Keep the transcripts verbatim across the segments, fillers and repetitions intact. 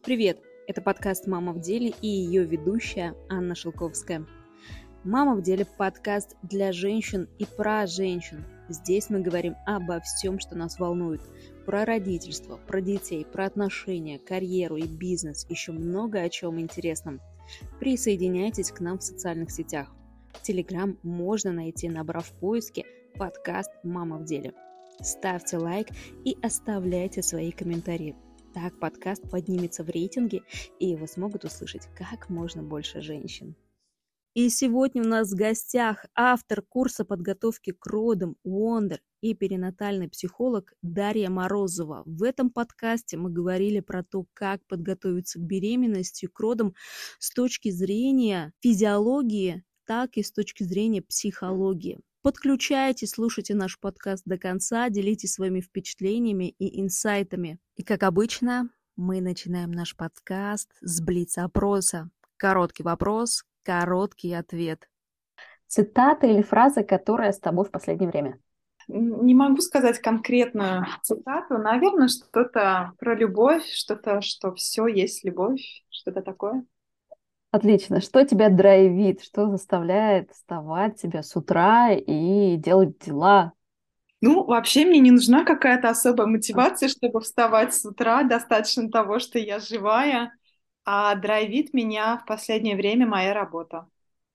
Привет! Это подкаст «Мама в деле» и ее ведущая Анна Шелковская. «Мама в деле» – подкаст для женщин и про женщин. Здесь мы говорим обо всем, что нас волнует. Про родительство, про детей, про отношения, карьеру и бизнес. Еще много о чем интересном. Присоединяйтесь к нам в социальных сетях. В Телеграм можно найти, набрав в поиске подкаст «Мама в деле». Ставьте лайк и оставляйте свои комментарии. Так подкаст поднимется в рейтинге, и его смогут услышать как можно больше женщин. И сегодня у нас в гостях автор курса подготовки к родам Wonder и перинатальный психолог Дарья Морозова. В этом подкасте мы говорили про то, как подготовиться к беременности, к родам с точки зрения физиологии, так и с точки зрения психологии. Подключайтесь, слушайте наш подкаст до конца, делитесь своими впечатлениями и инсайтами. И как обычно, мы начинаем наш подкаст с блиц-опроса. Короткий вопрос, короткий ответ. Цитата или фраза, которая с тобой в последнее время? Не могу сказать конкретную цитату. Наверное, что-то про любовь, что-то, что все есть любовь, что-то такое. Отлично. Что тебя драйвит? Что заставляет вставать тебя с утра и делать дела? Ну, вообще мне не нужна какая-то особая мотивация, чтобы вставать с утра. Достаточно того, что я живая. А драйвит меня в последнее время моя работа.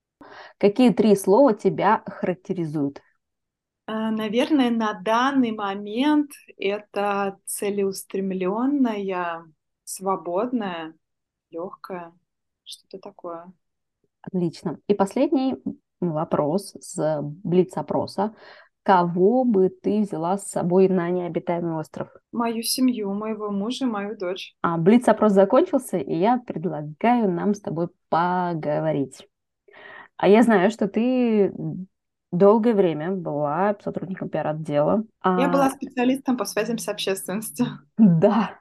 Какие три слова тебя характеризуют? Э, Наверное, на данный момент это целеустремленная, свободная, легкая, что-то такое. Отлично. И последний вопрос с блиц-опроса. Кого бы ты взяла с собой на необитаемый остров? Мою семью, моего мужа, мою дочь. А, блиц-опрос закончился, и я предлагаю нам с тобой поговорить. А я знаю, что ты долгое время была сотрудником пиар-отдела. Я А, была специалистом по связям с общественностью. да,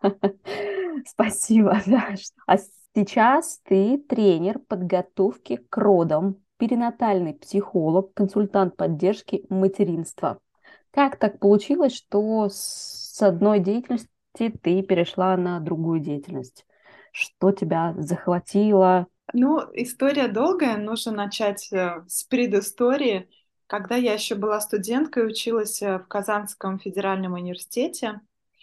спасибо. Да. А сейчас ты тренер подготовки к родам, перинатальный психолог, консультант поддержки материнства. Как так получилось, что с одной деятельности ты перешла на другую деятельность? Что тебя захватило? Ну, история долгая, нужно начать э, с предыстории. Когда я еще была студенткой, училась э, в Казанском федеральном университете,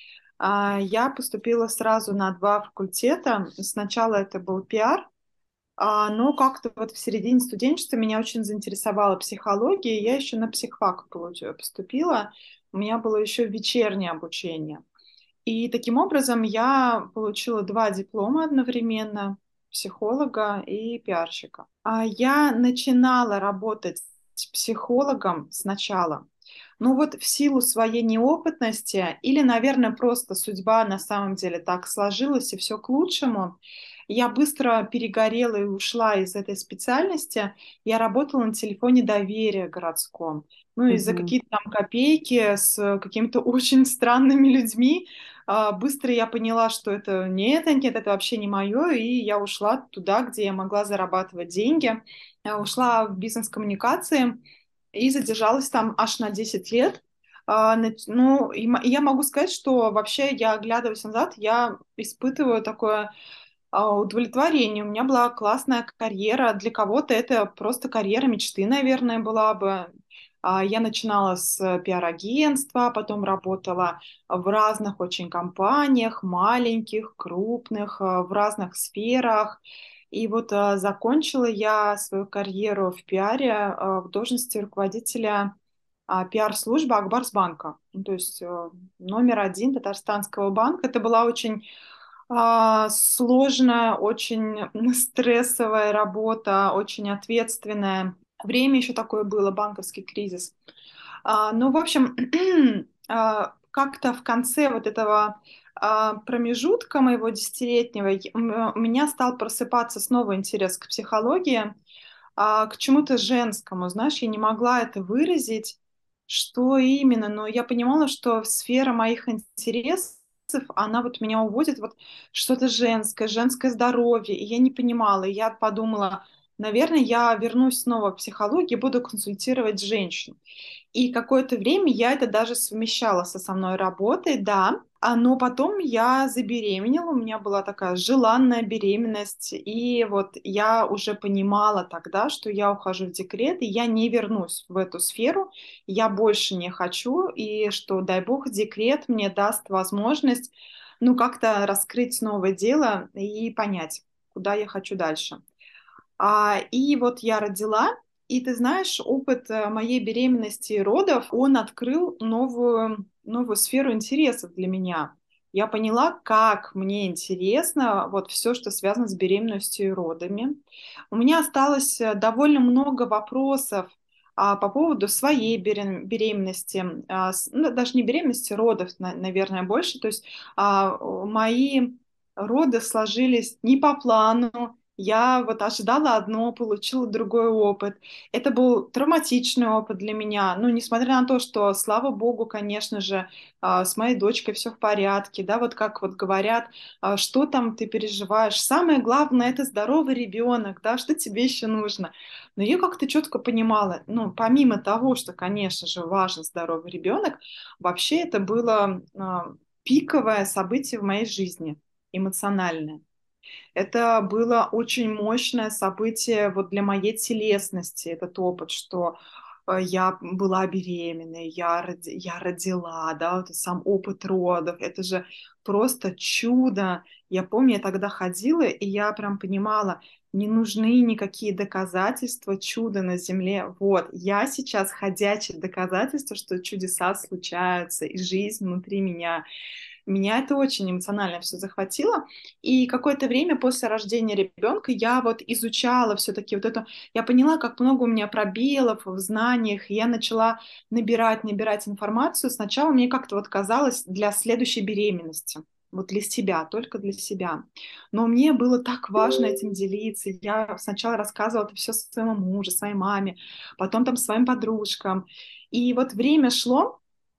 а, я поступила сразу на два факультета. Сначала это был пиар, а, но как-то вот в середине студенчества меня очень заинтересовала психология, и я еще на психфак получ- поступила. У меня было еще вечернее обучение. И таким образом я получила два диплома одновременно, психолога и пиарщика. А я начинала работать с психологом сначала. Ну вот в силу своей неопытности или, наверное, просто судьба на самом деле так сложилась и все к лучшему, я быстро перегорела и ушла из этой специальности. Я работала на телефоне доверия городском. Ну и за Мгм. какие-то там копейки с какими-то очень странными людьми. А, Быстро я поняла, что это нет, нет, это вообще не мое, и я ушла туда, где я могла зарабатывать деньги. Я ушла в бизнес-коммуникации и задержалась там аж на десять лет. А, нач- Ну, и м- и я могу сказать, что вообще я, оглядываясь назад, я испытываю такое а, удовлетворение. У меня была классная карьера. Для кого-то это просто карьера мечты, наверное, была бы. А, Я начинала с пиар-агентства, потом работала в разных очень компаниях, маленьких, крупных, а, в разных сферах. И вот а, закончила я свою карьеру в пиаре а, в должности руководителя а, пиар-службы Акбарсбанка. Ну, то есть э, номер один татарстанского банка. Это была очень а, сложная, очень стрессовая работа, очень ответственная. Время еще такое было, банковский кризис. А, ну, в общем, а, как-то в конце вот этого а, промежутка моего десятилетнего я- м- у меня стал просыпаться снова интерес к психологии, а, к чему-то женскому. Знаешь, я не могла это выразить, что именно, но я понимала, что сфера моих интересов, она вот меня уводит вот что-то женское, женское здоровье, и я не понимала, и я подумала, наверное, я вернусь снова к психологии, буду консультировать женщин. И какое-то время я это даже совмещала с основной работой, да. А, но потом я забеременела, у меня была такая желанная беременность, и вот я уже понимала тогда, что я ухожу в декрет, и я не вернусь в эту сферу, я больше не хочу, и что, дай бог, декрет мне даст возможность, ну, как-то раскрыть новое дело и понять, куда я хочу дальше. А, и вот я родила, и ты знаешь, опыт э, моей беременности и родов, он открыл новую, новую сферу интересов для меня. Я поняла, как мне интересно вот все, что связано с беременностью и родами. У меня осталось э, довольно много вопросов а, по поводу своей берем- беременности, а, с- ну, даже не беременности, родов, на- наверное, больше. То есть а, мои роды сложились не по плану, я вот ожидала одно, получила другой опыт. Это был травматичный опыт для меня. Ну, несмотря на то, что, слава богу, конечно же, а, с моей дочкой все в порядке, да, вот как вот говорят, а, что там ты переживаешь. Самое главное — это здоровый ребенок, да, что тебе еще нужно. Но я как-то четко понимала, ну, помимо того, что, конечно же, важен здоровый ребенок, вообще это было а, пиковое событие в моей жизни, эмоциональное. Это было очень мощное событие вот для моей телесности, этот опыт, что э, я была беременной, я, роди- я родила, да, вот сам опыт родов, это же просто чудо. Я помню, я тогда ходила, и я прям понимала, не нужны никакие доказательства чуда на земле. Вот, я сейчас ходячее доказательство, что чудеса случаются, и жизнь внутри меня. Меня это очень эмоционально все захватило. И какое-то время после рождения ребенка я вот изучала все-таки вот это, я поняла, как много у меня пробелов в знаниях, и я начала набирать, набирать информацию. Сначала мне как-то вот казалось для следующей беременности. Вот для себя, только для себя. Но мне было так важно этим делиться. Я сначала рассказывала это все своему мужу, своей маме, потом там своим подружкам. И вот время шло,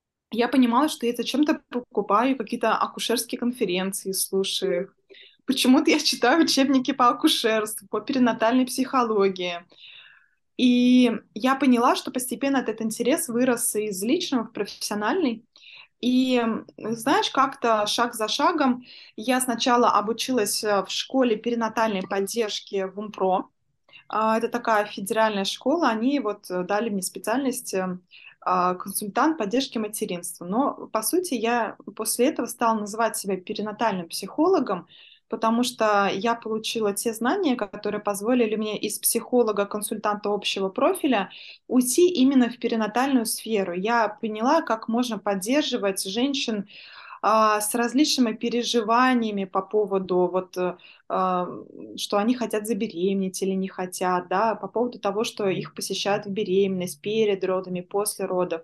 я понимала, что я зачем-то покупаю какие-то акушерские конференции, слушаю. Почему-то я читаю учебники по акушерству, по перинатальной психологии. И я поняла, что постепенно этот интерес вырос из личного в профессиональный. И знаешь, как-то шаг за шагом я сначала обучилась э, в школе перинатальной поддержки в УМПРО. А, Это такая федеральная школа, они вот э, дали мне специальность э, а, консультант поддержки материнства. Но, по сути, я после этого стала называть себя перинатальным психологом, потому что я получила те знания, которые позволили мне из психолога-консультанта общего профиля уйти именно в перинатальную сферу. Я поняла, как можно поддерживать женщин а, с различными переживаниями по поводу вот, э, а, что они хотят забеременеть или не хотят, да, по поводу того, что их посещают в беременность, перед родами, после родов.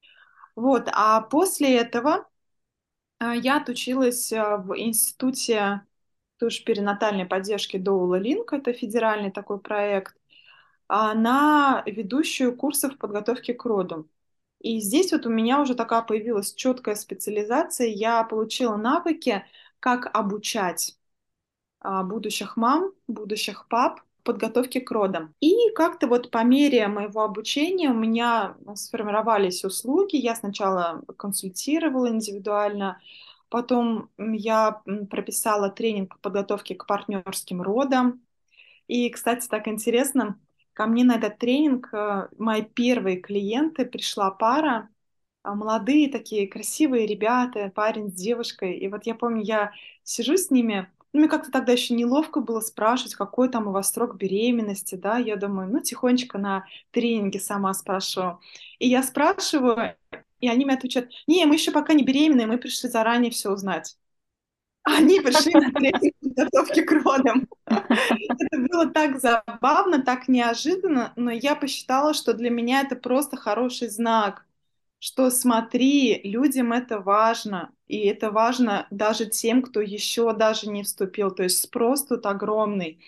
Вот, а после этого а, я отучилась а, в институте тоже перинатальной поддержки Доула Линк, это федеральный такой проект, а, на ведущую курсов подготовки к родам. И здесь вот у меня уже такая появилась четкая специализация. Я получила навыки, как обучать а, будущих мам, будущих пап подготовке к родам. И как-то вот по мере моего обучения у меня сформировались услуги. Я сначала консультировала индивидуально, потом я м, прописала тренинг по подготовке к партнерским родам. И, кстати, так интересно, ко мне на этот тренинг э, мои первые клиенты, пришла пара, а, молодые такие красивые ребята, парень с девушкой. И вот я помню, я сижу с ними, ну, мне как-то тогда еще неловко было спрашивать, какой там у вас срок беременности, да, я думаю, ну, тихонечко на тренинге сама спрошу. И я спрашиваю, и они мне отвечают, не, мы еще пока не беременны, мы пришли заранее все узнать. Они пришли на тренинг подготовки к родам. Это было так забавно, так неожиданно, но я посчитала, что для меня это просто хороший знак, что смотри, людям это важно, и это важно даже тем, кто еще даже не вступил, то есть спрос тут огромный.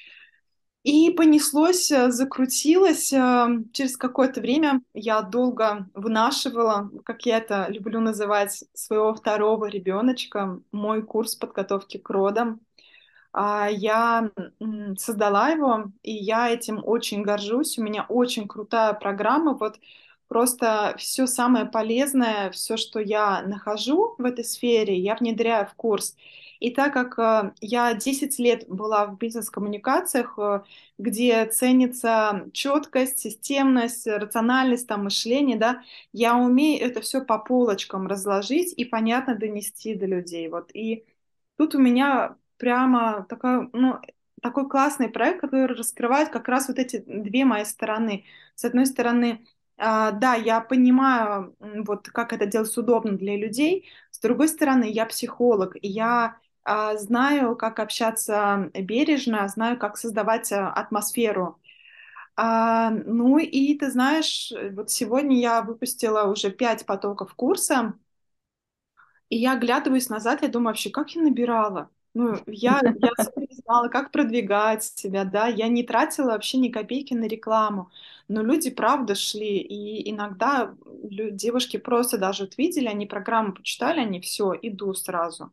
И понеслось, э, закрутилось. э, Через какое-то время я долго вынашивала, как я это люблю называть, своего второго ребеночка, мой курс подготовки к родам. А, Я м, создала его, и я этим очень горжусь. У меня очень крутая программа. Вот Просто все самое полезное, все, что я нахожу в этой сфере, я внедряю в курс. И так как э, я десять лет была в бизнес-коммуникациях, э, где ценится четкость, системность, рациональность, там, мышление, да, я умею это все по полочкам разложить и понятно донести до людей. Вот. И тут у меня прямо такая, ну, такой классный проект, который раскрывает как раз вот эти две мои стороны. С одной стороны, а, да, я понимаю, м, вот как это делать удобно для людей. С другой стороны, я психолог, и я а, знаю, как общаться бережно, знаю, как создавать а, атмосферу. А, ну и ты знаешь, вот сегодня я выпустила уже пять потоков курса, и я оглядываюсь назад, я думаю, вообще, как я набирала? Ну, я, я особо не знала, как продвигать себя, да, я не тратила вообще ни копейки на рекламу, но люди правда шли, и иногда лю- девушки просто даже вот видели, они программу почитали, они все, иду сразу.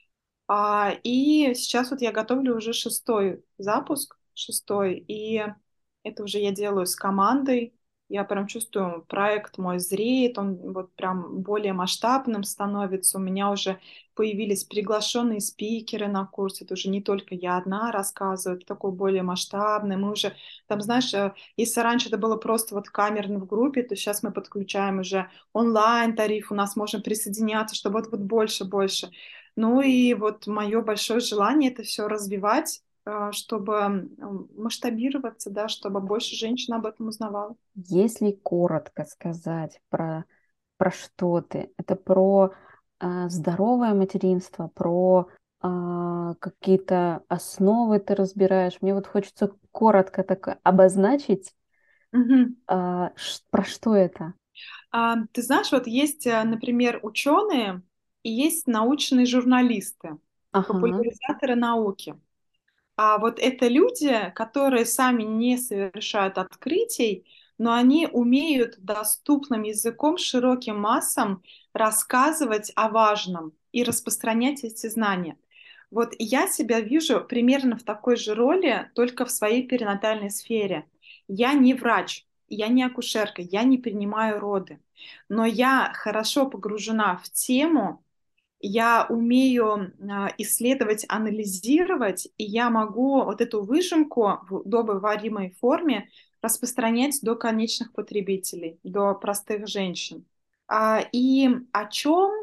А, и сейчас вот я готовлю уже шестой запуск, шестой, и это уже я делаю с командой. Я прям чувствую, проект мой зреет, он вот прям более масштабным становится. У меня уже появились приглашенные спикеры на курс. Это уже не только я одна рассказываю, это такой более масштабный. Мы уже, там, знаешь, э, если раньше это было просто вот камерно в группе, то сейчас мы подключаем уже онлайн-тариф, у нас можно присоединяться, чтобы вот, вот больше, больше. Ну и вот мое большое желание это все развивать, э, чтобы м, масштабироваться, да, чтобы больше женщин об этом узнавало. Если коротко сказать про, про что ты, это про а, здоровое материнство, про а, какие-то основы ты разбираешь. Мне вот хочется коротко так обозначить, Мгм. а, ш- про что это. А, ты знаешь, вот есть, э, например, ученые и есть научные журналисты, Ага. популяризаторы науки. А вот это люди, которые сами не совершают открытий, но они умеют доступным языком широким массам рассказывать о важном и распространять эти знания. Вот я себя вижу примерно в такой же роли, только в своей перинатальной сфере. Я не врач, я не акушерка, я не принимаю роды, но я хорошо погружена в тему, я умею а, исследовать, анализировать, и я могу вот эту выжимку в удобоваримой форме распространять до конечных потребителей, до простых женщин. А, И о чем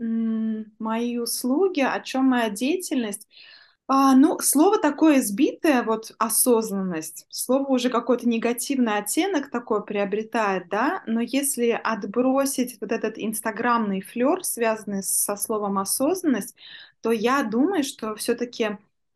м, мои услуги, о чем моя деятельность? А, ну, слово такое избитое, вот осознанность, слово уже какой-то негативный оттенок такой приобретает, да, но если отбросить вот этот инстаграмный флер, связанный со словом осознанность, то я думаю, что все-таки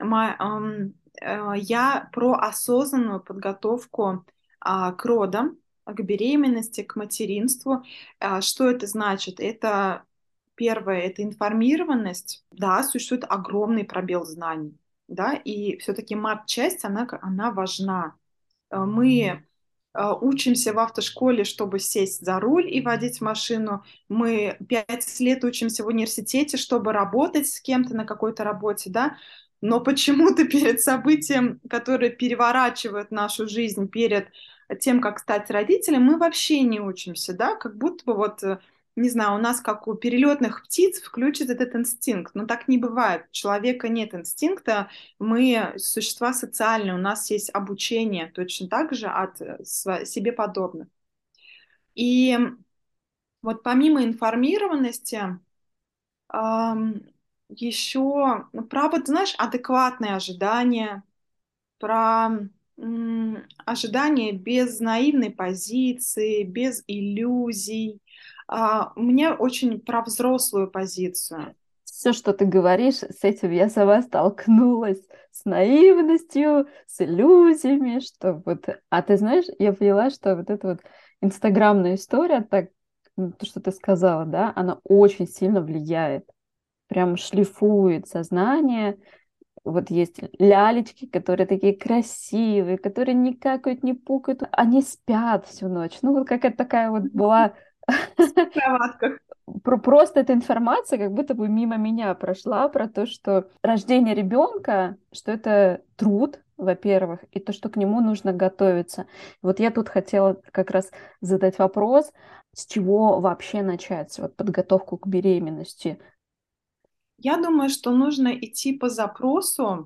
я про осознанную подготовку а, к родам, к беременности, к материнству. А, что это значит? Это первое, это информированность. Да, существует огромный пробел знаний, да, и все-таки мат-часть, она, она важна. Э, Мы э, учимся в автошколе, чтобы сесть за руль и водить машину. Мы пять лет учимся в университете, чтобы работать с кем-то на какой-то работе, да. Но почему-то перед событием, которое переворачивает нашу жизнь, перед тем, как стать родителем, мы вообще не учимся, да, как будто бы вот, э, не знаю, у нас, как у перелетных птиц, включит этот инстинкт. Но так не бывает. У человека нет инстинкта, мы существа социальные, у нас есть обучение точно так же от э, сва- себе подобных. И вот помимо информированности, ам, еще, ну, про, вот, знаешь, адекватные ожидания, про м, ожидания без наивной позиции, без иллюзий. А, у меня очень про взрослую позицию. Все, что ты говоришь, с этим я сама столкнулась. С наивностью, с иллюзиями, что вот... А ты знаешь, я поняла, что вот эта вот инстаграмная история, так, ну, то, что ты сказала, да, она очень сильно влияет. Прям шлифует сознание. Вот есть лялечки, которые такие красивые, которые не какают, не пукают. Они спят всю ночь. Ну, вот какая-то такая вот была в кроватках. Про- Просто эта информация как будто бы мимо меня прошла про то, что рождение ребенка, что это труд, во-первых, и то, что к нему нужно готовиться. Вот я тут хотела как раз задать вопрос, с чего вообще начать вот подготовку к беременности. Я думаю, что нужно идти по запросу,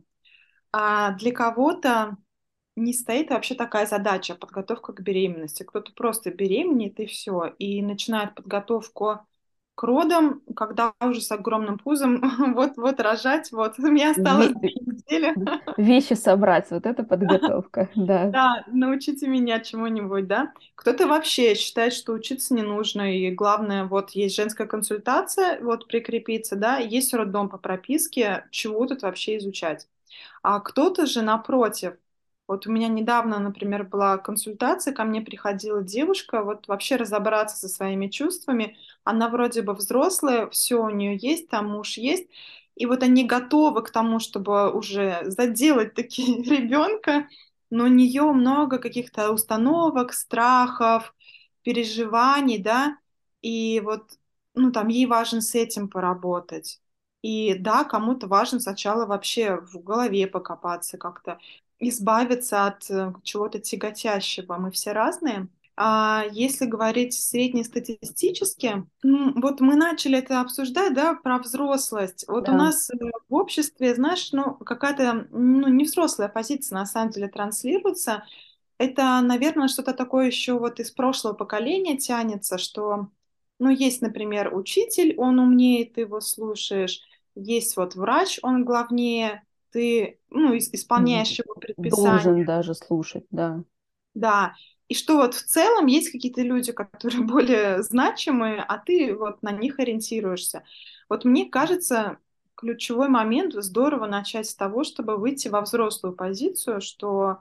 а для кого-то не стоит вообще такая задача, подготовка к беременности. Кто-то просто беременеет и все, и начинает подготовку к родам, когда уже с огромным пузом, вот-вот рожать, вот, у меня осталось Ве- две недели. Вещи собрать, вот это подготовка, да. Да, научите меня чему-нибудь, да? Кто-то вообще считает, что учиться не нужно, и главное, вот есть женская консультация, вот прикрепиться, да, и есть роддом по прописке, чего тут вообще изучать. А кто-то же напротив. Вот у меня недавно, например, была консультация, ко мне приходила девушка, вот вообще разобраться со своими чувствами. Она вроде бы взрослая, все у нее есть, там муж есть, и вот они готовы к тому, чтобы уже заделать таки ребенка, но у нее много каких-то установок, страхов, переживаний, да, и вот, ну, там ей важно с этим поработать. И да, кому-то важно сначала вообще в голове покопаться, как-то избавиться от э, чего-то тяготящего. Мы все разные. А если говорить среднестатистически, м, вот мы начали это обсуждать, да, про взрослость. Вот у Да. нас э, в обществе, знаешь, ну, какая-то, ну, не взрослая позиция на самом деле транслируется. Это, наверное, что-то такое еще вот из прошлого поколения тянется, что, ну, есть, например, учитель, он умнее, ты его слушаешь, есть вот врач, он главнее, ты, ну, ис- Д- исполняешь его предписания, Должен даже слушать, да. да. И что вот в целом есть какие-то люди, которые более значимые, а ты вот на них ориентируешься. Вот мне кажется, ключевой момент здорово начать с того, чтобы выйти во взрослую позицию, что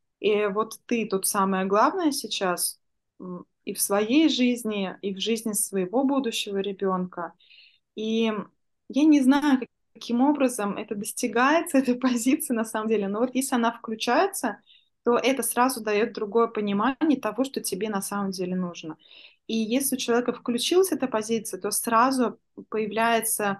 и вот ты тут самое главное сейчас м, и в своей жизни, и в жизни своего будущего ребенка. И я не знаю, как- каким образом это достигается, эта позиция на самом деле, но вот если она включается, то это сразу дает другое понимание того, что тебе на самом деле нужно. И если у человека включилась эта позиция, то сразу появляется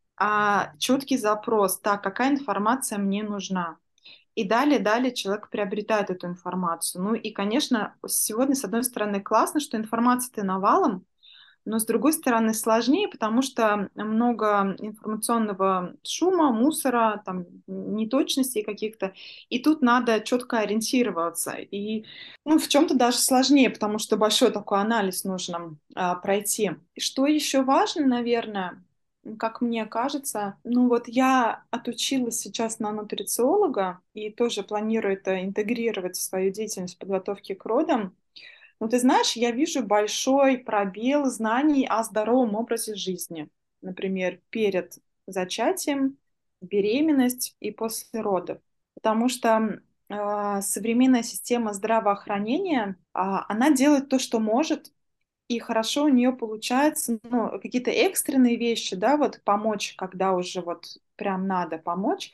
а, четкий запрос, так, какая информация мне нужна. И далее, далее человек приобретает эту информацию. Ну и, конечно, сегодня, с одной стороны, классно, что информация-то навалом, но с другой стороны сложнее, потому что много информационного шума, мусора, там, неточностей каких-то, и тут надо четко ориентироваться. И ну, в чем-то даже сложнее, потому что большой такой анализ нужно а, пройти. И что еще важно, наверное, как мне кажется, ну вот я отучилась сейчас на нутрициолога и тоже планирую это интегрировать в свою деятельность подготовки к родам. Ну, ты знаешь, я вижу большой пробел знаний о здоровом образе жизни. Например, перед зачатием, беременность и после родов. Потому что э, современная система здравоохранения, а, она делает то, что может, и хорошо у нее получается, ну, какие-то экстренные вещи, да, вот помочь, когда уже вот прям надо помочь,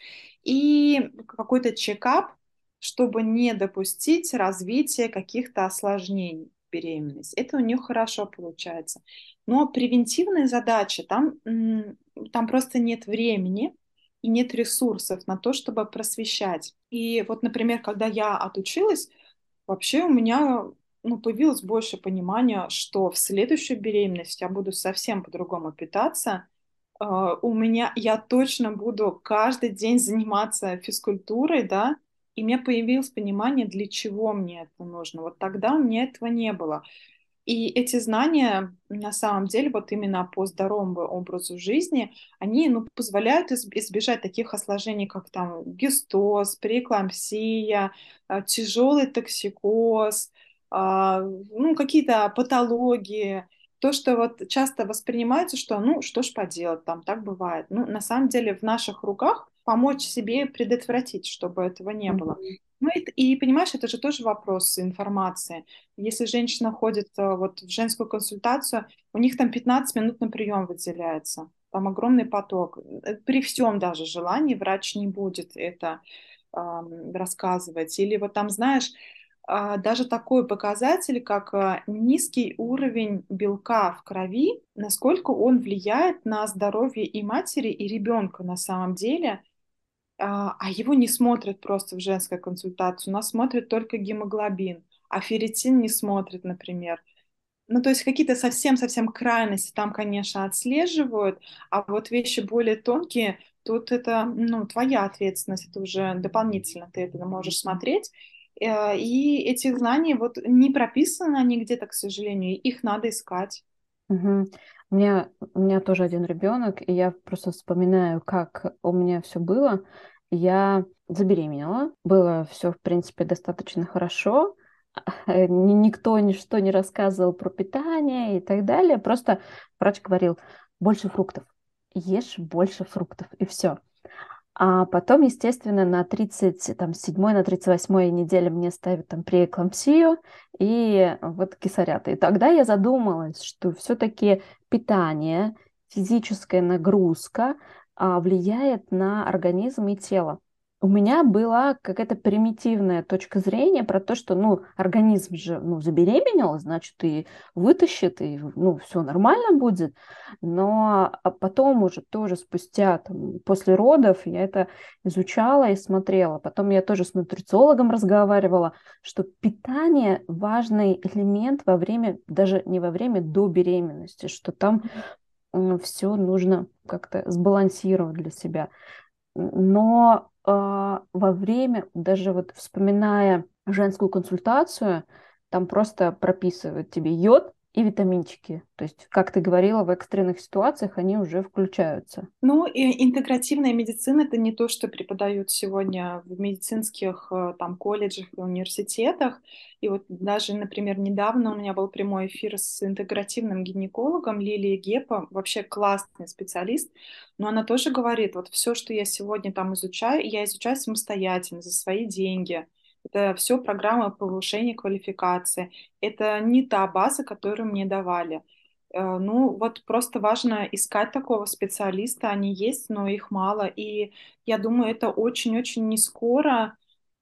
и какой-то чекап, чтобы не допустить развития каких-то осложнений в беременности. Это у нее хорошо получается. Но превентивные задачи, там, м, там просто нет времени и нет ресурсов на то, чтобы просвещать. И вот, например, когда я отучилась, вообще у меня ну, появилось больше понимания, что в следующую беременность я буду совсем по-другому питаться. Э, У меня я точно буду каждый день заниматься физкультурой, да, и у меня появилось понимание, для чего мне это нужно. Вот тогда у меня этого не было. И эти знания, на самом деле, вот именно по здоровому образу жизни, они, ну, позволяют изб- избежать таких осложнений, как там гистоз, преэклампсия, а, тяжелый токсикоз, а, ну, какие-то патологии. То, что вот часто воспринимается, что, ну, что ж поделать, там так бывает. Ну, на самом деле в наших руках помочь себе предотвратить, чтобы этого не было. Мгм. Ну и, и понимаешь, это же тоже вопрос информации. Если женщина ходит э, вот в женскую консультацию, у них там пятнадцать минут на прием выделяется. Там огромный поток. Э, При всем даже желании врач не будет это ам, рассказывать. Или вот там, знаешь, а, даже такой показатель, как а, низкий уровень белка в крови, насколько он влияет на здоровье и матери, и ребенка на самом деле. А а его не смотрят просто в женской консультации. У нас смотрят только гемоглобин, а ферритин не смотрят, например. Ну, то есть какие-то совсем-совсем крайности там, конечно, отслеживают, а вот вещи более тонкие, тут это, ну, твоя ответственность, это уже дополнительно ты это можешь смотреть. Э, И эти знания вот не прописаны они где-то, к сожалению, их надо искать. Мгм. У меня, у меня тоже один ребенок, и я просто вспоминаю, как у меня все было. Я забеременела, было все, в принципе, достаточно хорошо. Ни- Никто ничто не рассказывал про питание и так далее. Просто врач говорил, больше фруктов, ешь больше фруктов, и все. А потом, естественно, на тридцать там, седьмой, на тридцать восьмой неделе мне ставят там преэклампсию и вот кесарята. И тогда я задумалась, что все-таки питание, физическая нагрузка а, влияет на организм и тело. У меня была какая-то примитивная точка зрения про то, что, ну, организм же, ну, забеременел, значит, и вытащит, и, ну, все нормально будет. Но а потом уже тоже спустя, там, после родов я это изучала и смотрела. Потом я тоже с нутрициологом разговаривала, что питание важный элемент во время, даже не во время, до беременности, что там все нужно как-то сбалансировать для себя. Но а, во время, даже вот вспоминая женскую консультацию, там просто прописывают тебе йод и витаминчики. То есть, как ты говорила, в экстренных ситуациях они уже включаются. Ну, и интегративная медицина — это не то, что преподают сегодня в медицинских э, там колледжах и университетах. И вот даже, например, недавно у меня был прямой эфир с интегративным гинекологом Лилией Гепа, вообще классный специалист, но она тоже говорит, вот все, что я сегодня там изучаю, я изучаю самостоятельно, за свои деньги. Это все программа повышения квалификации. Это не та база, которую мне давали. Э, Ну, вот просто важно искать такого специалиста. Они есть, но их мало. И я думаю, это очень-очень не скоро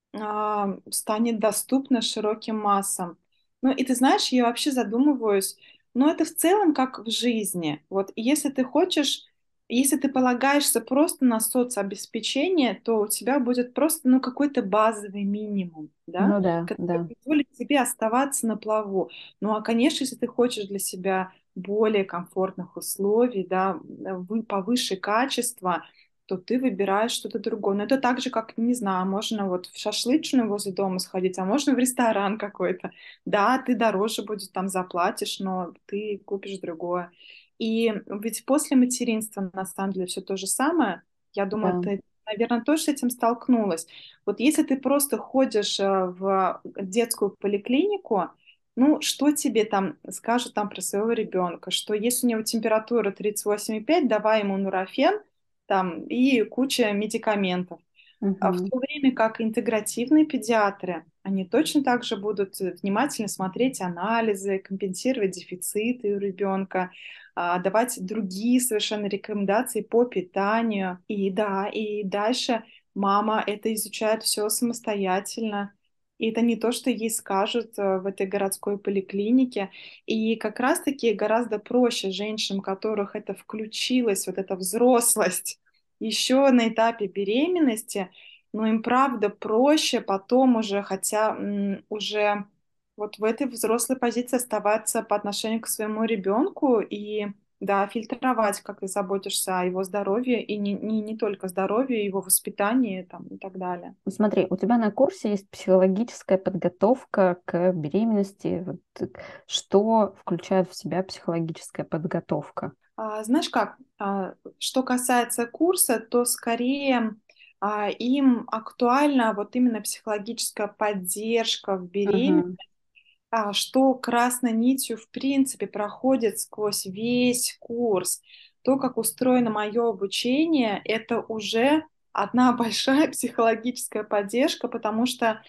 а, станет доступно широким массам. Ну, и ты знаешь, я вообще задумываюсь, но это в целом как в жизни. Вот если ты хочешь, если ты полагаешься просто на соцобеспечение, то у тебя будет просто, ну, какой-то базовый минимум, да, Ну да, который да. позволит тебе оставаться на плаву. Ну, а, конечно, если ты хочешь для себя более комфортных условий, да, вы- повыше качества, то ты выбираешь что-то другое. Но это так же, как, не знаю, можно вот в шашлычную возле дома сходить, а можно в ресторан какой-то. Да, ты дороже будет там заплатишь, но ты купишь другое. И ведь после материнства на самом деле все то же самое. Я думаю, Да. ты, наверное, тоже с этим столкнулась. Вот если ты просто ходишь э, в детскую поликлинику, ну, что тебе там скажут там про своего ребенка? Что если у него температура тридцать восемь и пять, давай ему нурофен, там, и куча медикаментов. А в Мгм. то время как интегративные педиатры, они точно так же будут внимательно смотреть анализы, компенсировать дефициты у ребенка, а, давать другие совершенно рекомендации по питанию. И да, и дальше мама это изучает все самостоятельно. И это не то, что ей скажут э, в этой городской поликлинике. И как раз-таки гораздо проще женщинам, у которых это включилось, вот эта взрослость, еще на этапе беременности, но им правда проще потом уже, хотя м, уже вот в этой взрослой позиции оставаться по отношению к своему ребенку и, да, фильтровать, как ты заботишься о его здоровье, и не, не, не только здоровье, его воспитании там, и так далее. Ну, смотри, у тебя на курсе есть психологическая подготовка к беременности. Вот, э, что включает в себя психологическая подготовка? А, знаешь как, а, что касается курса, то скорее а, им актуальна вот именно психологическая поддержка в беременности, Мгм. а, что красной нитью в принципе проходит сквозь весь курс. То, как устроено мое обучение, это уже одна большая психологическая поддержка, потому что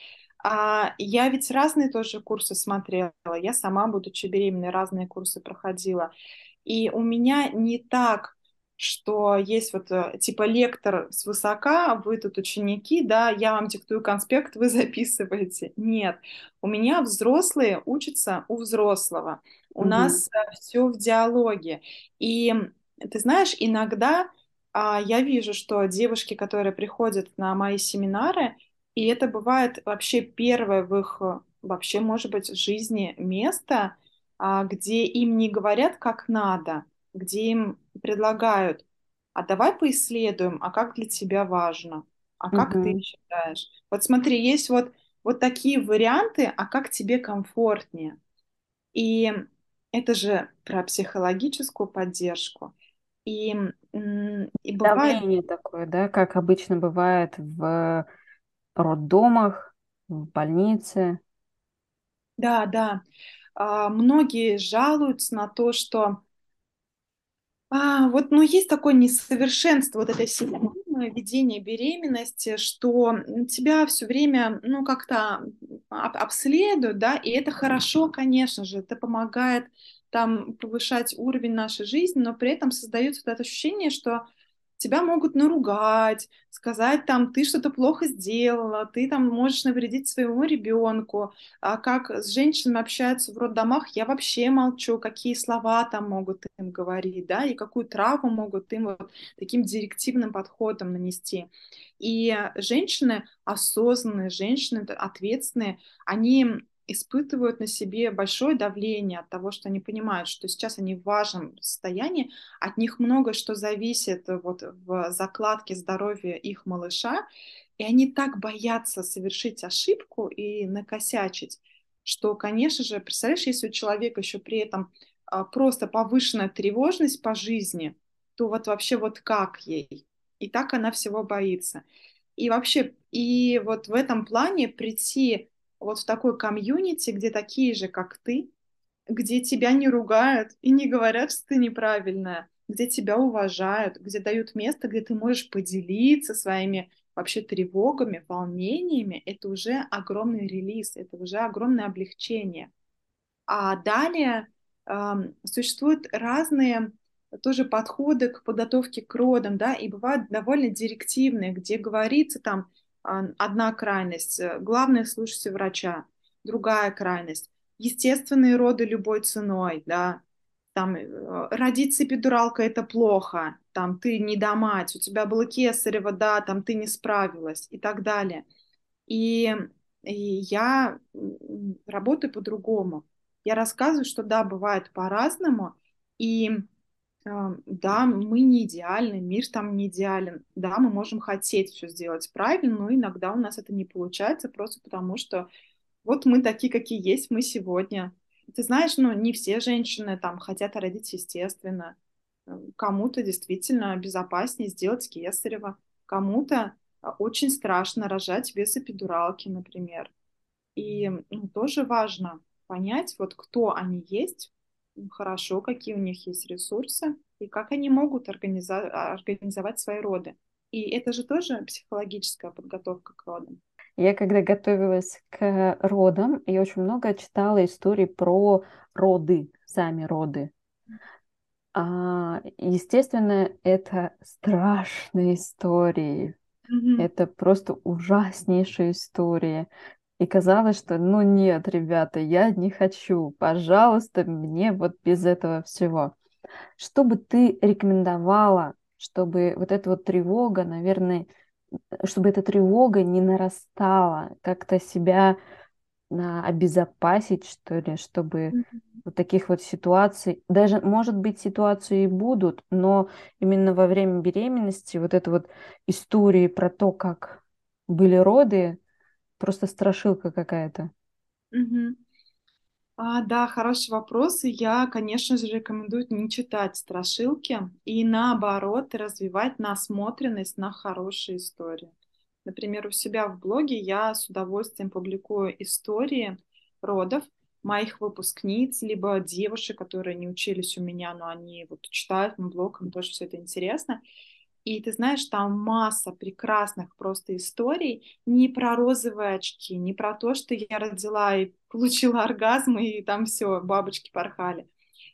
а, я ведь разные тоже курсы смотрела. Я сама, будучи беременной, разные курсы проходила. И у меня не так что есть вот э, типа лектор свысока, вы тут ученики, да, я вам диктую конспект, вы записываете. Нет, у меня взрослые учатся у взрослого. У Мгм. нас все в диалоге. И ты знаешь, иногда а, я вижу, что девушки, которые приходят на мои семинары, и это бывает вообще первое в их, э, вообще, может быть, жизни место, а, где им не говорят, как надо, где им предлагают, а давай поисследуем, а как для тебя важно, а как ты Мгм. считаешь. Вот смотри, есть вот, вот такие варианты, а как тебе комфортнее. И это же про психологическую поддержку. И, м, и бывает, Давление такое, да, как обычно бывает в роддомах, в больнице. да, да, а, многие жалуются на то, что А, вот, ну, есть такое несовершенство вот этой системы ведения беременности, что м, тебя все время, ну, как-то об- обследуют, да, и это хорошо, конечно же, это помогает там повышать уровень нашей жизни, но при этом создается вот это ощущение, что тебя могут наругать, сказать там, ты что-то плохо сделала, ты там можешь навредить своему ребенку, а как с женщинами общаются в роддомах, я вообще молчу, какие слова там могут им говорить, да, и какую травму могут им вот таким директивным подходом нанести. И женщины осознанные, женщины ответственные, они испытывают на себе большое давление от того, что они понимают, что сейчас они в важном состоянии, от них много что зависит э, вот в закладке здоровья их малыша, и они так боятся совершить ошибку и накосячить, что, конечно же, представляешь, если у человека еще при этом а, просто повышенная тревожность по жизни, то вот вообще вот как ей? И так она всего боится. И вообще, и вот в этом плане прийти вот в такой комьюнити, где такие же, как ты, где тебя не ругают и не говорят, что ты неправильная, где тебя уважают, где дают место, где ты можешь поделиться своими вообще тревогами, волнениями, это уже огромный релиз, это уже огромное облегчение. А далее ам, существуют разные тоже подходы к подготовке к родам, да, и бывают довольно директивные, где говорится там а, одна крайность, э, главное слушайте врача, другая крайность, естественные роды любой ценой, да, там э, родить с эпидуралкой это плохо, там ты не домать, у тебя было кесарево, да, там ты не справилась и так далее. И, и я м, работаю по-другому. Я рассказываю, что да, бывает по-разному, и а, да, мы не идеальны, мир там не идеален, да, мы можем хотеть все сделать правильно, но иногда у нас это не получается просто потому, что вот мы такие, какие есть мы сегодня. Ты знаешь, ну, не все женщины там хотят родить естественно. Э, Кому-то действительно безопаснее сделать кесарево, кому-то а, очень страшно рожать без эпидуралки, например. И ну, тоже важно понять, вот кто они есть, м, хорошо, какие у них есть ресурсы, и как они могут организа- организовать свои роды. И это же тоже психологическая подготовка к родам. Я когда готовилась к родам, я очень много читала историй про роды, сами роды. А, естественно, это страшные истории. Мгм. Это просто ужаснейшие истории. И казалось, что ну нет, ребята, я не хочу. Пожалуйста, мне вот без этого всего. Что бы ты рекомендовала, чтобы вот эта вот тревога, наверное, чтобы эта тревога не нарастала, как-то себя а, обезопасить, что ли, чтобы вот таких вот ситуаций, даже, может быть, ситуации и будут, но именно во время беременности вот эта вот истории про то, как были роды, просто страшилка какая-то. Мгм. А, да, хороший вопрос. И я, конечно же, рекомендую не читать страшилки и, наоборот, развивать насмотренность на хорошие истории. Например, у себя в блоге я с удовольствием публикую истории родов моих выпускниц, либо девушек, которые не учились у меня, но они вот читают мой блог, им тоже все это интересно. И ты знаешь, там масса прекрасных просто историй не про розовые очки, не про то, что я родила и получила оргазм, и там все, бабочки порхали.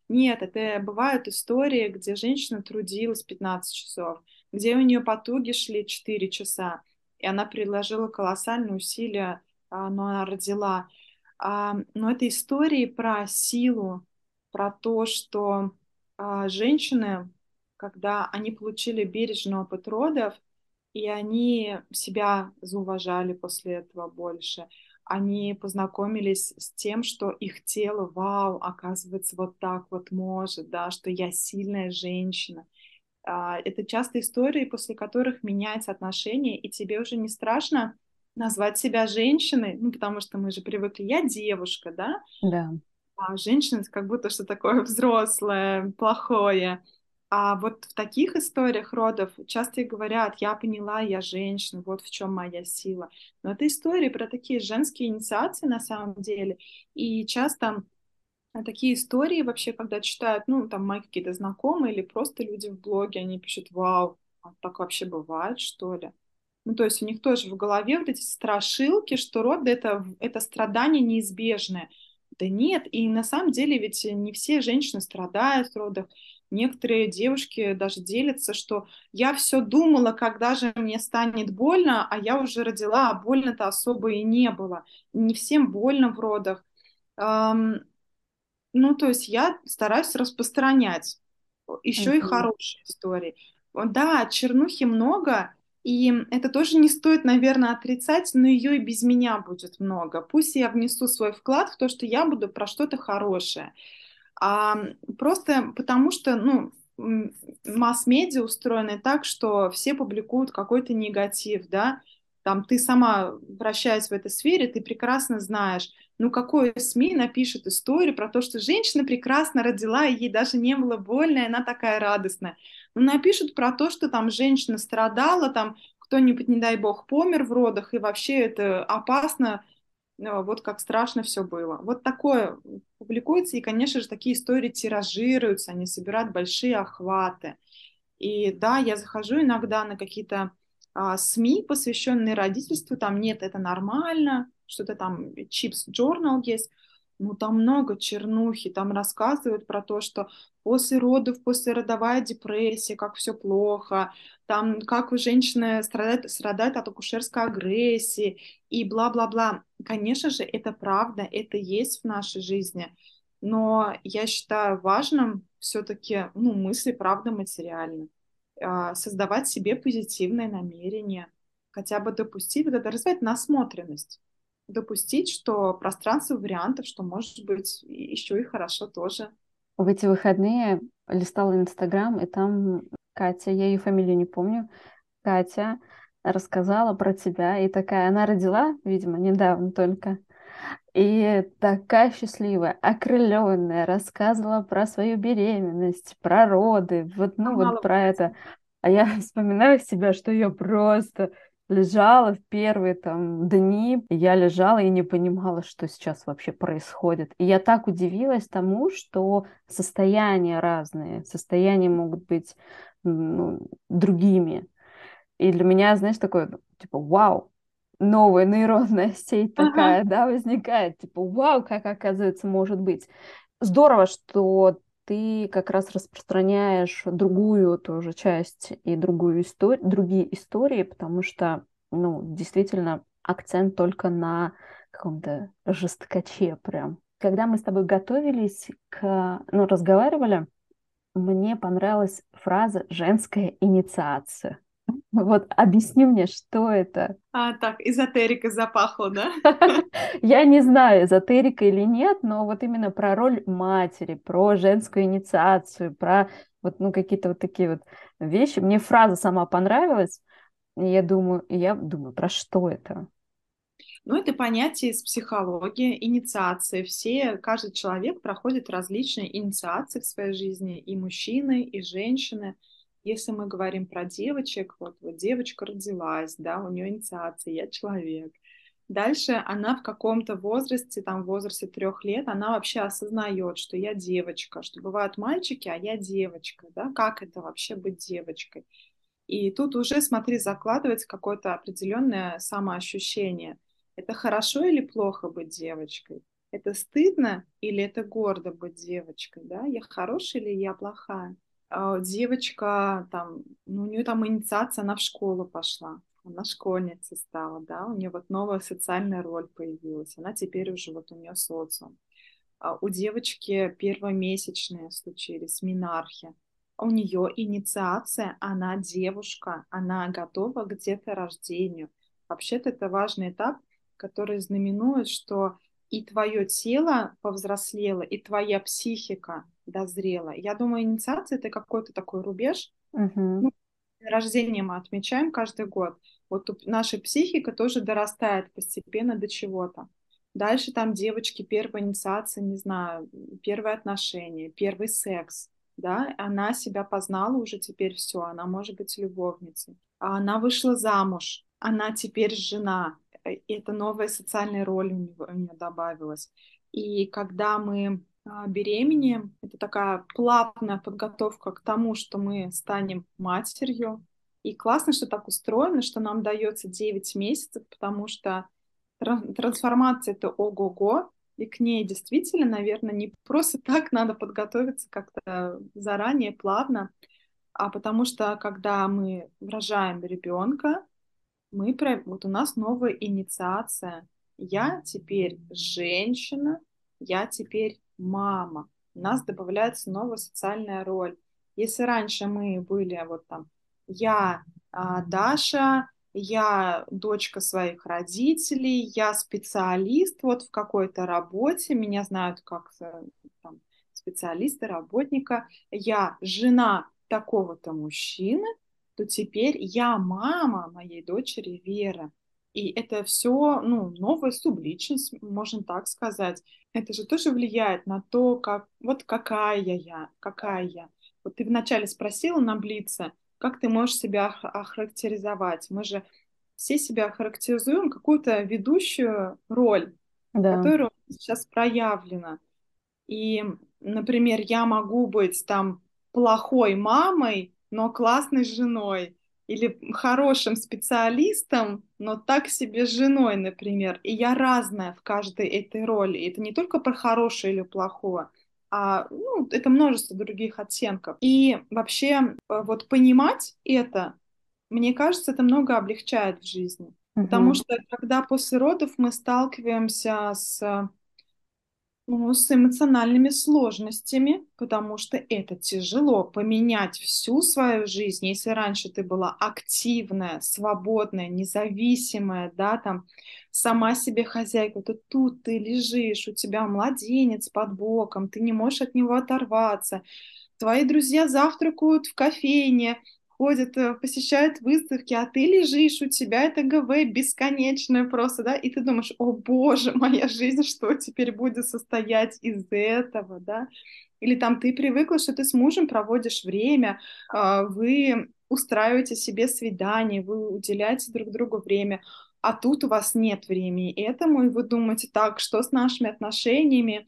Нет, это бывают истории, где женщина трудилась пятнадцать часов, где у нее потуги шли четыре часа, и она приложила колоссальные усилия, а, но она родила. А, Но это истории про силу, про то, что а, женщины, когда они получили бережный опыт родов, и они себя зауважали после этого больше, они познакомились с тем, что их тело, вау, оказывается, вот так вот может, да, что я сильная женщина. А, Это часто истории, после которых меняется отношение, и тебе уже не страшно назвать себя женщиной, ну, потому что мы же привыкли, я девушка, да, Да. а женщина это как будто что такое взрослое, плохое. А вот в таких историях родов часто и говорят, я поняла, я женщина, вот в чем моя сила. Но это истории про такие женские инициации на самом деле. И часто а такие истории вообще, когда читают, ну, там, мои какие-то знакомые или просто люди в блоге, они пишут, вау, а так вообще бывает, что ли? Ну, то есть у них тоже в голове вот эти страшилки, что роды это, это страдание неизбежное. Да нет, и на самом деле ведь не все женщины страдают в родах. Некоторые девушки даже делятся, что я все думала, когда же мне станет больно, а я уже родила, а больно-то особо и не было. Не всем больно в родах. Ам, ну, то есть я стараюсь распространять еще и Мгм. хорошие истории. Да, чернухи много, и это тоже не стоит, наверное, отрицать, но ее и без меня будет много. Пусть я внесу свой вклад в то, что я буду про что-то хорошее. А, просто потому что, ну, м, масс-медиа устроены так, что все публикуют какой-то негатив, да, там ты сама, вращаясь в этой сфере, ты прекрасно знаешь, ну, какой СМИ напишет историю про то, что женщина прекрасно родила, и ей даже не было больно, и она такая радостная. Ну, напишут про то, что там женщина страдала, там кто-нибудь, не дай бог, помер в родах, и вообще это опасно, э, вот как страшно все было. Вот такое публикуется, и, конечно же, такие истории тиражируются, они собирают большие охваты. И да, я захожу иногда на какие-то а, СМИ, посвященные родительству, там нет, это нормально, что-то там, Chips Journal есть, ну там много чернухи, там рассказывают про то, что после родов, послеродовая депрессия, как все плохо, там как у женщины страдает, страдает от акушерской агрессии и бла-бла-бла. Конечно же, это правда, это есть в нашей жизни, но я считаю важным все-таки, ну, мысли, правда, материальны. А, создавать себе позитивное намерение, хотя бы допустить, вот это развивать насмотренность, допустить, что пространство вариантов, что может быть еще и хорошо тоже. В эти выходные листала Инстаграм, и там Катя, я ее фамилию не помню, Катя рассказала про тебя, и такая, она родила, видимо, недавно только, и такая счастливая, окрыленная, рассказывала про свою беременность, про роды, вот, А ну, вот мало про это. А я вспоминаю себя, что я просто лежала в первые там дни, и я лежала и не понимала, что сейчас вообще происходит. И я так удивилась тому, что состояния разные, состояния могут быть, ну, другими. И для меня, знаешь, такое, типа, вау, новая нейронная сеть Ага. такая, да, возникает. Типа, вау, как оказывается может быть. Здорово, что ты как раз распространяешь другую тоже часть и другую историю, другие истории, потому что, ну, действительно, акцент только на каком-то жесткаче прям. Когда мы с тобой готовились к, ну, разговаривали, мне понравилась фраза «женская инициация». Вот объясни мне, что это? А, так, эзотерика запахла, да? Я не знаю, эзотерика или нет, но вот именно про роль матери, про женскую инициацию, про вот, ну, какие-то вот такие вот вещи. Мне фраза сама понравилась, и я думаю, и я думаю, про что это? Ну, это понятие из психологии, инициации. Все, каждый человек проходит различные инициации в своей жизни, и мужчины, и женщины. Если мы говорим про девочек, вот, вот девочка родилась, да, у нее инициация, я человек. Дальше она в каком-то возрасте, там в возрасте трех лет, она вообще осознает, что я девочка, что бывают мальчики, а я девочка, да, как это вообще быть девочкой? И тут уже, смотри, закладывается какое-то определенное самоощущение. Это хорошо или плохо быть девочкой? Это стыдно или это гордо быть девочкой, да? Я хорошая или я плохая? А девочка, там, ну, у нее там инициация, она в школу пошла, она школьницей стала, да, у нее вот новая социальная роль появилась, она теперь уже вот у нее социум. А у девочки первомесячные случились, менархия. У нее инициация, она девушка, она готова к деторождению. Вообще-то это важный этап, который знаменует, что и твое тело повзрослело, и твоя психика дозрела. Я думаю, инициация — это какой-то такой рубеж. Мгм. Ну, день рождения мы отмечаем каждый год. Вот у- наша психика тоже дорастает постепенно до чего-то. Дальше там девочки, первая инициация, не знаю, первые отношения, первый секс, да, она себя познала уже теперь все, она может быть любовницей. А она вышла замуж, она теперь жена, э, это новая социальная роль у него- у нее добавилась. И когда мы а, беременеем, это такая плавная подготовка к тому, что мы станем матерью. И классно, что так устроено, что нам дается девять месяцев, потому что тран- трансформация — это ого-го, и к ней действительно, наверное, не просто так надо подготовиться как-то заранее, плавно, а потому что когда мы рожаем ребенка, мы про... вот у нас новая инициация. Я теперь женщина, я теперь мама. У нас добавляется новая социальная роль. Если раньше мы были вот там, я а, Даша, я дочка своих родителей, я специалист вот в какой-то работе, меня знают как э, там, специалиста, работника, я жена такого-то мужчины, то теперь я мама моей дочери Веры. И это все, ну, новая субличность, можно так сказать. Это же тоже влияет на то, как, вот какая я, какая я. Вот ты вначале спросила на Блице, как ты можешь себя ох- охарактеризовать. Мы же все себя характеризуем какую-то ведущую роль, Да. которая сейчас проявлена. И, например, я могу быть там плохой мамой, но классной женой, или хорошим специалистом, но так себе женой, например. И я разная в каждой этой роли. И это не только про хорошее или плохое, а ну, это множество других оттенков. И вообще э, вот понимать это, мне кажется, это много облегчает в жизни. Потому Мгм. что когда после родов мы сталкиваемся с ну, с эмоциональными сложностями, потому что это тяжело поменять всю свою жизнь. Если раньше ты была активная, свободная, независимая, да, там, сама себе хозяйка, то тут ты лежишь, у тебя младенец под боком, ты не можешь от него оторваться, твои друзья завтракают в кофейне, ходят, э, посещают выставки, а ты лежишь, у тебя это ГВ бесконечное просто, да, и ты думаешь, о боже, моя жизнь, что теперь будет состоять из этого, да? Или там ты привыкла, что ты с мужем проводишь время, а, вы устраиваете себе свидание, вы уделяете друг другу время, а тут у вас нет времени этому, и вы думаете, так, что с нашими отношениями?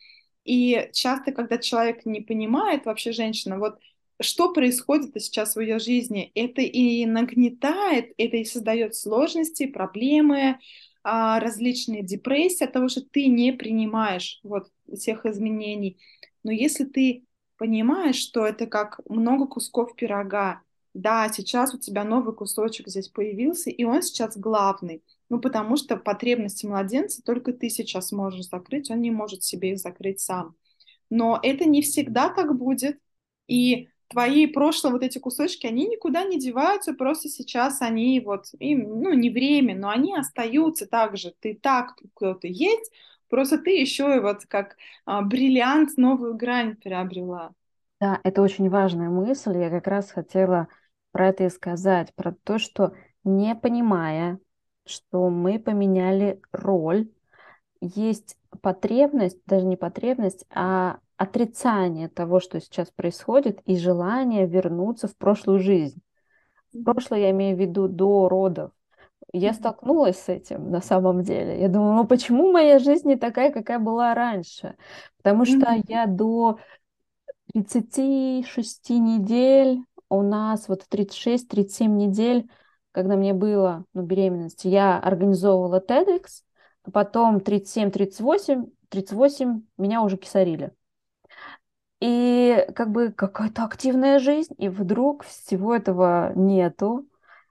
И часто, когда человек не понимает, вообще женщина, вот что происходит сейчас в ее жизни, это и нагнетает, это и создает сложности, проблемы, а, различные депрессии от того, что ты не принимаешь вот всех изменений. Но если ты понимаешь, что это как много кусков пирога, да, сейчас у тебя новый кусочек здесь появился, и он сейчас главный. Ну, потому что потребности младенца только ты сейчас можешь закрыть, он не может себе их закрыть сам. Но это не всегда так будет. И твои прошлые вот эти кусочки, они никуда не деваются, просто сейчас они вот, им, ну, не время, но они остаются так же. Ты так, кто-то есть, просто ты еще и вот как а, бриллиант новую грань приобрела. Да, это очень важная мысль. Я как раз хотела про это и сказать, про то, что не понимая, что мы поменяли роль, есть потребность, даже не потребность, а отрицание того, что сейчас происходит, и желание вернуться в прошлую жизнь. В Мгм. прошлое я имею в виду до родов. Я Мгм. столкнулась с этим на самом деле. Я думаю, ну почему моя жизнь не такая, какая была раньше? Потому что Мгм. я до тридцати шести недель, у нас вот в тридцать шесть тридцать семь недель, когда мне было, ну, беременность, я организовывала TEDx, а потом тридцать семь тридцать восемь тридцать восемь меня уже кесарили. И как бы какая-то активная жизнь, и вдруг всего этого нету.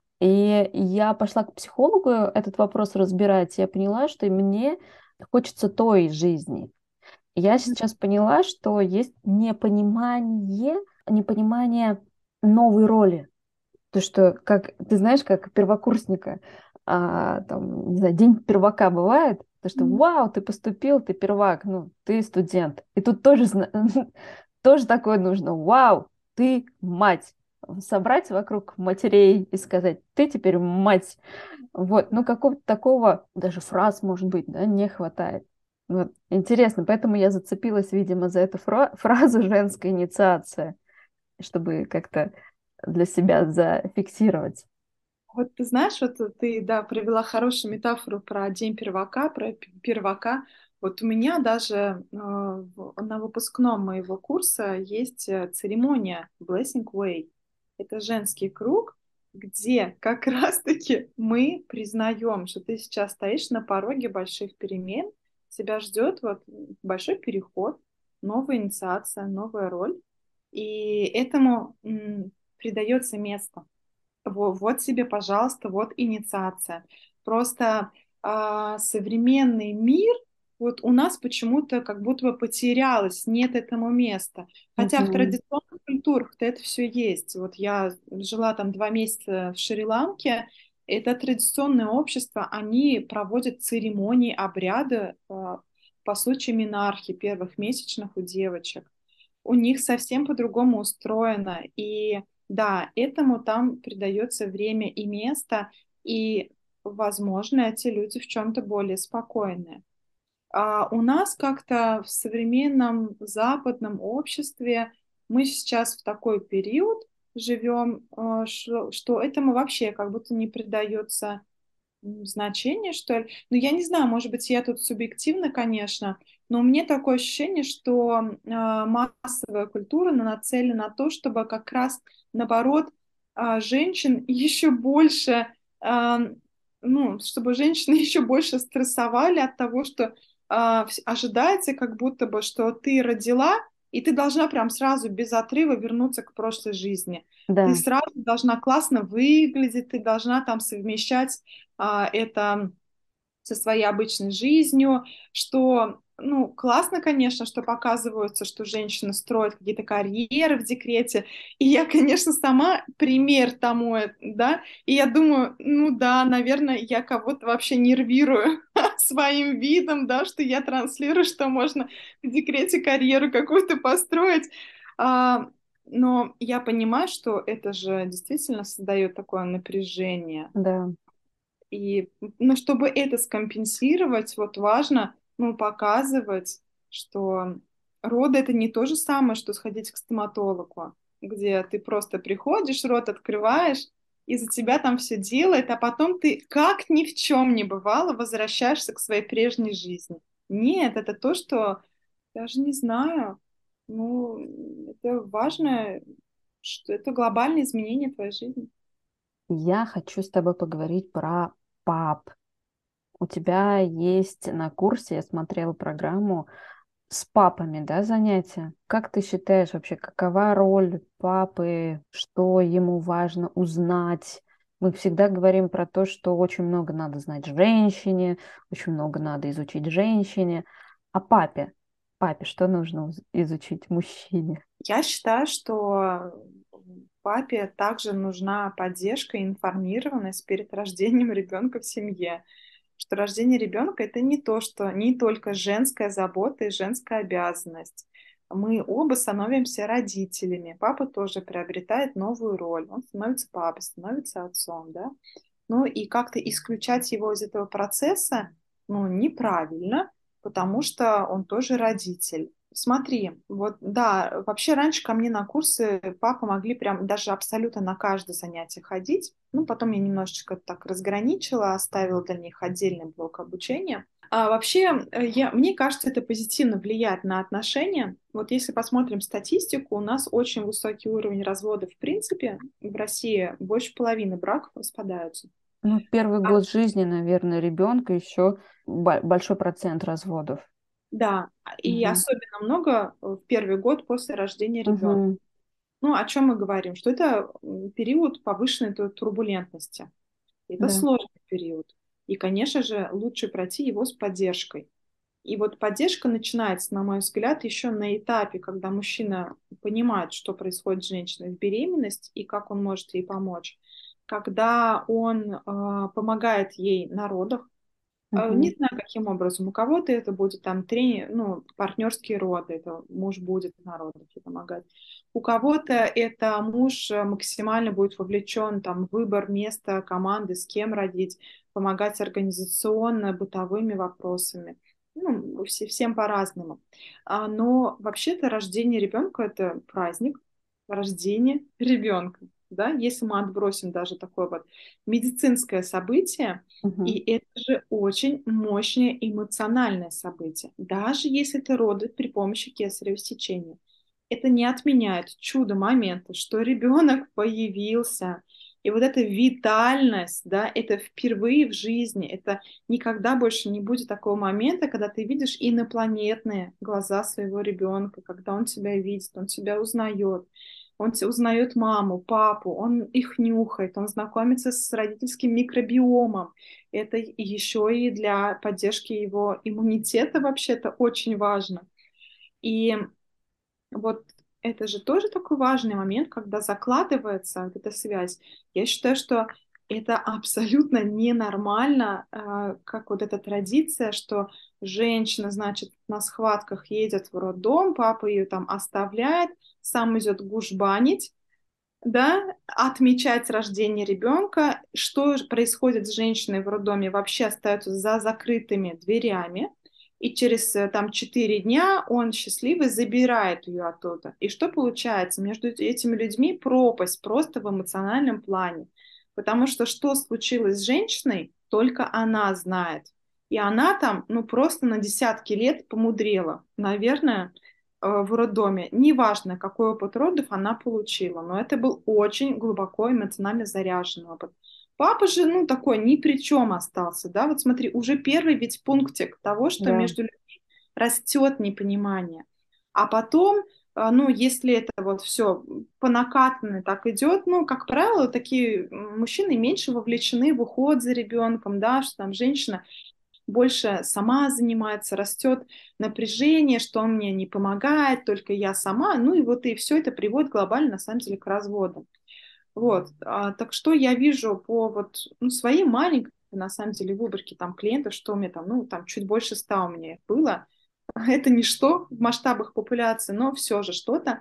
И я пошла к психологу этот вопрос разбирать, и я поняла, что и мне хочется той жизни. Я сейчас поняла, что есть непонимание, непонимание новой роли. То, что, как ты знаешь, как первокурсника, а, там, не знаю, день первака бывает, то, что Мгм. вау, ты поступил, ты первак, ну, ты студент. И тут тоже, зна- тоже такое нужно. Вау, ты мать. Собрать вокруг матерей и сказать, ты теперь мать. Вот, ну какого-то такого, даже фраз, может быть, да, не хватает. Вот, интересно, поэтому я зацепилась, видимо, за эту фра- фразу «женская инициация», чтобы как-то для себя зафиксировать. Вот ты знаешь, вот ты, да, привела хорошую метафору про День первака, про п- первака. Вот у меня даже э, в- на выпускном моего курса есть э, церемония Blessing Way. Это женский круг, где как раз-таки мы признаем, что ты сейчас стоишь на пороге больших перемен, тебя ждет вот большой переход, новая инициация, новая роль, и этому м, придается место. Во- Вот тебе, пожалуйста, вот инициация. Просто а, современный мир вот у нас почему-то как будто бы потерялось, нет этому места. Хотя в Мгм. традиционных культурах-то это все есть. Вот я жила там два месяца в Шри-Ланке, это традиционное общество, они проводят церемонии, обряды а, по случаю менархии первых месячных у девочек. У них совсем по-другому устроено. И да, этому там придается время и место, и, возможно, эти люди в чем-то более спокойные. А у нас как-то в современном западном обществе мы сейчас в такой период живем, э, что, что этому вообще как будто не придается м, значение, что ли. Ну, я не знаю, может быть, я тут субъективно, конечно, но у меня такое ощущение, что э, массовая культура она нацелена на то, чтобы как раз, наоборот, э, женщин еще больше, э, ну, чтобы женщины еще больше стрессовали от того, что э, вс- ожидается как будто бы, что ты родила, и ты должна прям сразу без отрыва вернуться к прошлой жизни. Ты Да, сразу должна классно выглядеть, ты должна там совмещать а, это со своей обычной жизнью, что, ну, классно, конечно, что показываются, что женщины строят какие-то карьеры в декрете, и я, конечно, сама пример тому, э, да, и я думаю, ну да, наверное, я кого-то вообще нервирую своим видом, да, что я транслирую, что можно в декрете карьеру какую-то построить, а, но я понимаю, что это же действительно создает такое напряжение. да, И, ну, чтобы это скомпенсировать, вот важно, ну, показывать, что роды это не то же самое, что сходить к стоматологу, где ты просто приходишь, рот открываешь, и за тебя там все делает, а потом ты, как ни в чем не бывало, возвращаешься к своей прежней жизни. Нет, это то, что даже не знаю, ну, это важно, что это глобальное изменение твоей жизни. я хочу с тобой поговорить про пап. У тебя есть на курсе, я смотрела программу, с папами, да, занятия. Как ты считаешь вообще, какова роль папы, что ему важно узнать? Мы всегда говорим про то, что очень много надо знать женщине, очень много надо изучить женщине. А папе? Папе что нужно уз- изучить мужчине? Я считаю, что папе также нужна поддержка и информированность перед рождением ребенка в семье. Что рождение ребенка это не то, что не только женская забота и женская обязанность. Мы оба становимся родителями. Папа тоже приобретает новую роль. Он становится папой, становится отцом, да. Ну и как-то исключать его из этого процесса, ну, неправильно, потому что он тоже родитель. Смотри, вот да, вообще раньше ко мне на курсы папа могли прям даже абсолютно на каждое занятие ходить. Ну, потом я немножечко так разграничила, оставила для них отдельный блок обучения. А вообще, э, я, мне кажется, это позитивно влияет на отношения. Вот если посмотрим статистику, у нас очень высокий уровень разводов в принципе. В России больше половины браков распадаются. Ну, в первый год жизни, наверное, ребенка еще большой процент разводов. Да, и Мгм. особенно много в первый год после рождения ребенка. Мгм. Ну, о чем мы говорим? Что это м, период повышенной ту- турбулентности. Это Да. сложный период. И, конечно же, лучше пройти его с поддержкой. И вот поддержка начинается, на мой взгляд, еще на этапе, когда мужчина понимает, что происходит с женщиной в беременность и как он может ей помочь. Когда он а, помогает ей на родах, а, не Мгм. знаю, каким образом. У кого-то это будет там трени, ну, партнерские роды, это муж будет на родах ей помогать. У кого-то это муж э, максимально будет вовлечен там, в выбор места, команды, с кем родить, помогать организационно, бытовыми вопросами. Ну, все, всем по-разному. А, но вообще-то рождение ребенка – это праздник, рождение ребенка. Да? Если мы отбросим даже такое вот медицинское событие, и Мгм. это же очень мощное эмоциональное событие. Даже если это роды при помощи кесарево сечения. Это не отменяет чудо момента, что ребенок появился. И вот эта витальность, да, это впервые в жизни, это никогда больше не будет такого момента, когда ты видишь инопланетные глаза своего ребенка, когда он тебя видит, он тебя узнает. Он те- узнает маму, папу, он их нюхает, он знакомится с родительским микробиомом. Это еще и для поддержки его иммунитета вообще-то очень важно. И вот это же тоже такой важный момент, когда закладывается вот эта связь. Я считаю, что это абсолютно ненормально, э, как вот эта традиция, что женщина, значит, на схватках едет в роддом, папа ее там оставляет, сам идет гушбанить, да, отмечать рождение ребенка, что ж происходит с женщиной в роддоме, вообще остается за закрытыми дверями, и через э, там четыре дня он счастливый забирает ее оттуда. И что получается? Между этими людьми пропасть просто в эмоциональном плане. Потому что что случилось с женщиной, только она знает. И она там, ну, просто на десятки лет помудрела. Наверное, э, в роддоме. Неважно, какой опыт родов она получила, но это был очень глубоко эмоционально заряженный опыт. Папа же, ну, такой ни при чем остался, да, вот смотри, уже первый ведь пунктик того, что Да. между людьми растет непонимание. А потом, э, ну, если это вот все по накатанной так идет, ну, как правило, такие м, мужчины меньше вовлечены в уход за ребенком, да, что там женщина больше сама занимается, растет напряжение, что он мне не помогает, только я сама. Ну и вот и все это приводит глобально, на самом деле, к разводу. Вот. А, так что я вижу по вот, ну, своей маленькой, на самом деле, выборке там клиентов, что у меня там, ну, там чуть больше ста у меня их было. Это ничто в масштабах популяции, но все же что-то.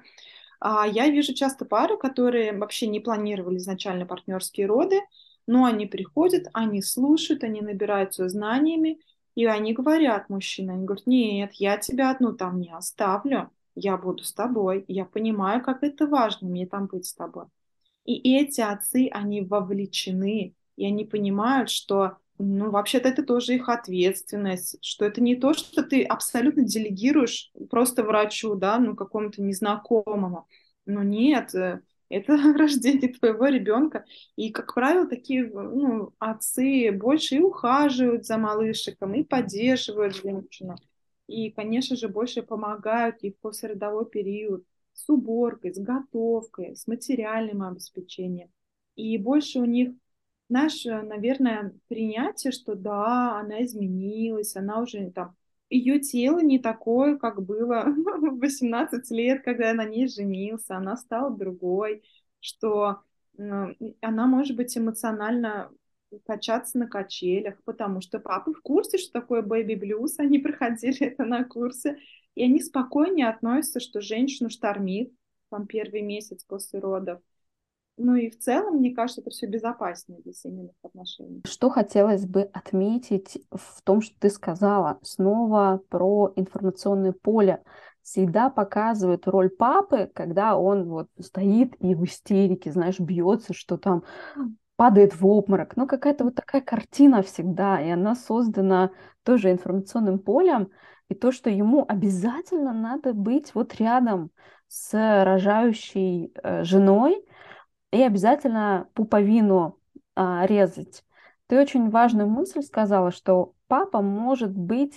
А я вижу часто пары, которые вообще не планировали изначально партнерские роды, но они приходят, они слушают, они набираются знаниями, и они говорят мужчине, они говорят, нет, я тебя одну там не оставлю, я буду с тобой, я понимаю, как это важно мне там быть с тобой. И эти отцы, они вовлечены, и они понимают, что, ну, вообще-то это тоже их ответственность, что это не то, что ты абсолютно делегируешь просто врачу, да, ну, какому-то незнакомому. Но нет, э, это рождение твоего ребенка. И, как правило, такие, ну, отцы больше и ухаживают за малышиком, и поддерживают женщину. И, конечно же, больше помогают ей в послеродовой период с уборкой, с готовкой, с материальным обеспечением. И больше у них, знаешь, э, наверное, принятие, что да, она изменилась, она уже там, ее тело не такое, как было в восемнадцать лет, когда я на ней женился, она стала другой, что э, она может быть эмоционально качаться на качелях, потому что папа в курсе, что такое бэйби-блюз, они проходили это на курсе, и они спокойнее относятся, что женщину штормит там первый месяц после родов. Ну и в целом, мне кажется, это все безопаснее для семейных отношений. Что хотелось бы отметить в том, что ты сказала, снова про информационное поле. Всегда показывают роль папы, когда он вот стоит и в истерике, знаешь, бьется, что там падает в обморок. Ну, какая-то вот такая картина всегда, и она создана тоже информационным полем, и то, что ему обязательно надо быть вот рядом с рожающей э, женой, и обязательно пуповину а, резать. Ты очень важную мысль сказала, что папа может быть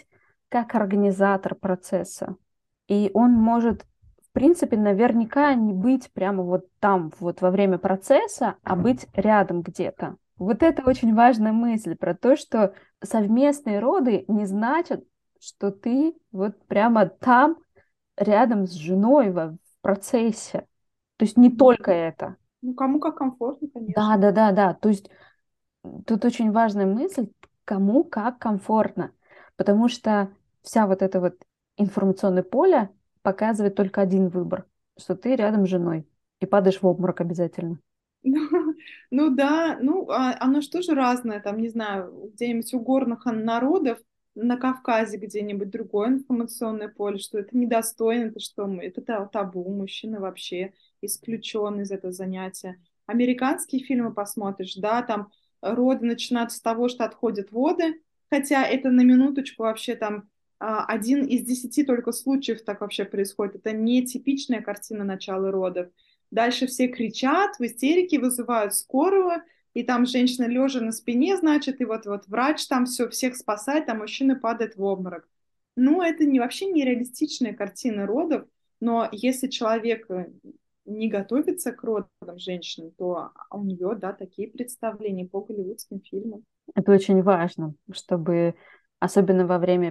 как организатор процесса. И он может, в принципе, наверняка не быть прямо вот там, вот во время процесса, а быть рядом где-то. Вот это очень важная мысль про то, что совместные роды не значат, что ты вот прямо там, рядом с женой во- в процессе. То есть не Мгм. только это. Ну, кому как комфортно, Да, конечно. да, да, да. То есть тут очень важная мысль, кому как комфортно, потому что вся вот это вот информационное поле показывает только один выбор, что ты рядом с женой и падаешь в обморок обязательно. Ну, ну да, ну а, оно же тоже разное, там, не знаю, где-нибудь у горных ан- народов, на Кавказе где-нибудь другое информационное поле, что это недостойно, это что мы, это та- табу, мужчина вообще исключен из этого занятия. Американские фильмы посмотришь, да, там роды начинаются с того, что отходят воды, хотя это на минуточку вообще там а, один из десяти только случаев так вообще происходит. Это не типичная картина начала родов. Дальше все кричат, в истерике вызывают скорую, и там женщина лежа на спине, значит, и вот, вот врач там все, всех спасает, а мужчина падает в обморок. Ну, это не, вообще нереалистичная картина родов, но если человек э, не готовится к родам женщины, то у нее, да, такие представления по голливудским фильмам. Это очень важно, чтобы особенно во время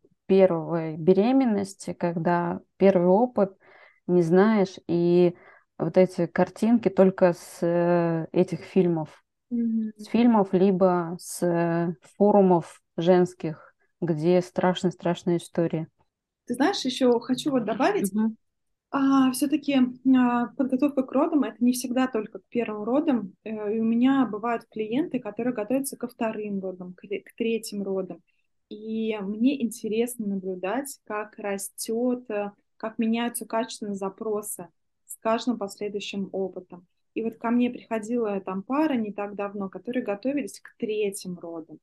первой беременности, когда первый опыт, не знаешь, и вот эти картинки только с э, этих фильмов, с Мгм. фильмов, либо с э, форумов женских, где страшная-страшная история. Ты знаешь, еще хочу вот добавить, Мгм. А, все-таки а, подготовка к родам это не всегда только к первым родам. Э, И у меня бывают клиенты, которые готовятся ко вторым родам, к, ле- к третьим родам. И мне интересно наблюдать, как растет, э, как меняются качественные запросы с каждым последующим опытом. И вот ко мне приходила там пара не так давно, которые готовились к третьим родам.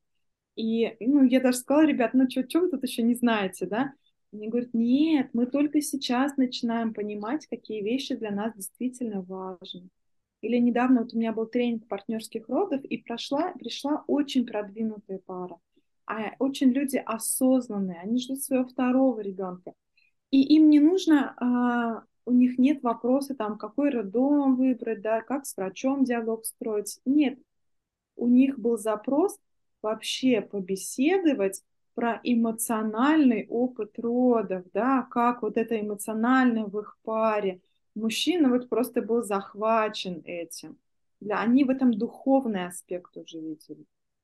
И, ну, я даже сказала, ребят, ну, что, вы тут еще не знаете, да? Они говорят, нет, мы только сейчас начинаем понимать, какие вещи для нас действительно важны. Или недавно вот у меня был тренинг партнерских родов, и прошла, пришла очень продвинутая пара. А очень люди осознанные, они ждут своего второго ребенка. И им не нужно, а, у них нет вопроса, там, какой роддом выбрать, да, как с врачом диалог строить. Нет, у них был запрос вообще побеседовать про эмоциональный опыт родов, да, как вот это эмоционально в их паре. Мужчина вот просто был захвачен этим. Да, они в этом духовный аспект уже видели.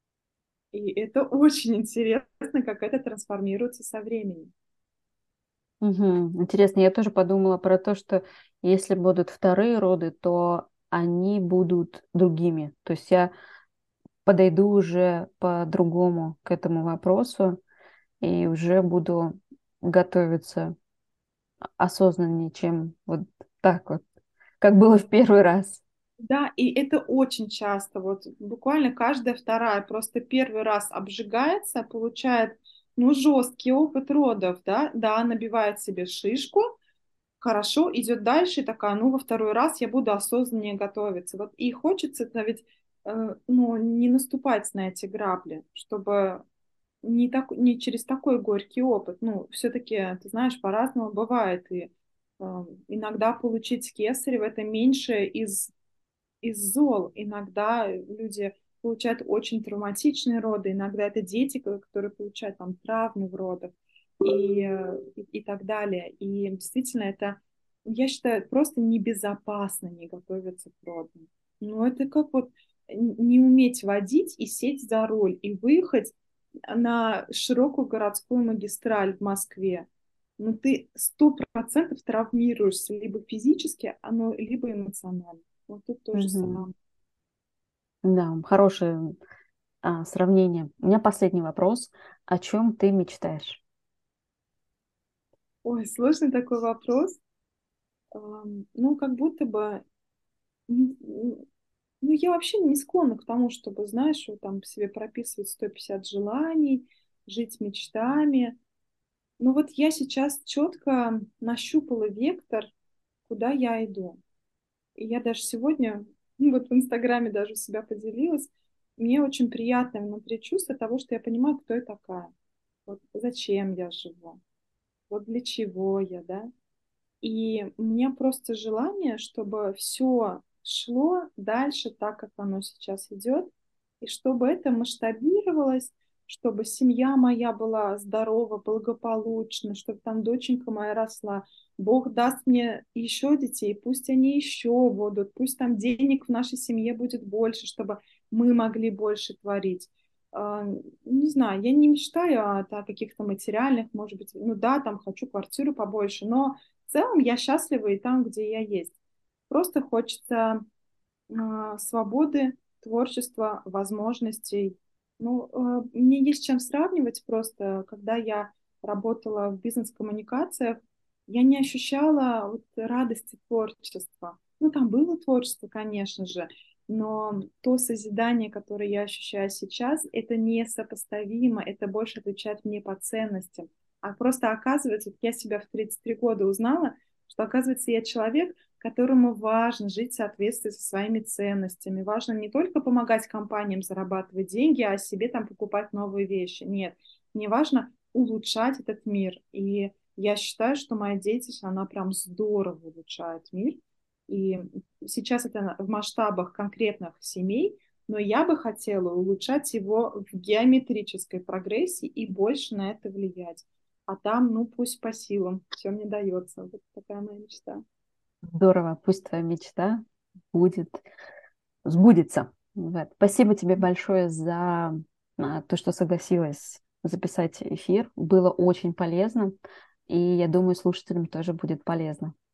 И это очень интересно, как это трансформируется со временем. Мгм. Интересно, я тоже подумала про то, что если будут вторые роды, то они будут другими. То есть я подойду уже по-другому к этому вопросу и уже буду готовиться осознаннее, чем вот так вот, как было в первый раз. Да, и это очень часто, вот буквально каждая вторая просто первый раз обжигается, получает, ну, жесткий опыт родов, да, да, набивает себе шишку, хорошо, идет дальше, и такая, ну, во второй раз я буду осознаннее готовиться. Вот и хочется это ведь, э, ну, не наступать на эти грабли, чтобы не, так, не через такой горький опыт. Ну, все-таки, ты знаешь, по-разному бывает, и э, иногда получить кесарево это меньше из из зол. Иногда люди получают очень травматичные роды, иногда это дети, которые получают там травмы в родах и, э, и, и так далее. И действительно это, я считаю, просто небезопасно не готовиться к родам. Ну, это как вот не уметь водить и сесть за руль и выехать на широкую городскую магистраль в Москве. Ну, ты сто процентов травмируешься либо физически, оно, либо эмоционально. Вот тут то же Мгм. самое. Да, хорошее а, сравнение. У меня последний вопрос. О чем ты мечтаешь? Ой, сложный такой вопрос. Ам, Ну, как будто бы... м, м, Ну, я вообще не склонна к тому, чтобы, знаешь, вот там себе прописывать сто пятьдесят желаний, жить мечтами. Но вот я сейчас четко нащупала вектор, куда я иду. И я даже сегодня, ну, вот в Инстаграме даже у себя поделилась, мне очень приятное внутри чувство того, что я понимаю, кто я такая. вот зачем я живу, вот для чего я, да. И у меня просто желание, чтобы все шло дальше так, как оно сейчас идет, и чтобы это масштабировалось, чтобы семья моя была здорова, благополучна, чтобы там доченька моя росла. Бог даст мне еще детей, пусть они еще будут, пусть там денег в нашей семье будет больше, чтобы мы могли больше творить. А, Не знаю, я не мечтаю о, о каких-то материальных, может быть, ну да, там хочу квартиру побольше, но в целом я счастлива и там, где я есть. Просто хочется а, свободы, творчества, возможностей. Ну, а, мне есть чем сравнивать просто. Когда я работала в бизнес-коммуникациях, я не ощущала вот радости творчества. Ну, там было творчество, конечно же, но то созидание, которое я ощущаю сейчас, это несопоставимо, это больше отвечает мне по ценностям. А просто оказывается, вот я себя в тридцать три года узнала, что, оказывается, я человек, которому важно жить в соответствии со своими ценностями. Важно не только помогать компаниям зарабатывать деньги, а себе там покупать новые вещи. Нет, мне важно улучшать этот мир. И я считаю, что моя деятельность, она прям здорово улучшает мир. И сейчас это в масштабах конкретных семей, но я бы хотела улучшать его в геометрической прогрессии и больше на это влиять. А там, ну, пусть по силам, все мне дается. Вот такая моя мечта. Здорово, пусть твоя мечта будет, сбудется. Вот. Спасибо тебе большое за а, то, что согласилась записать эфир. Было очень полезно, и я думаю, слушателям тоже будет полезно.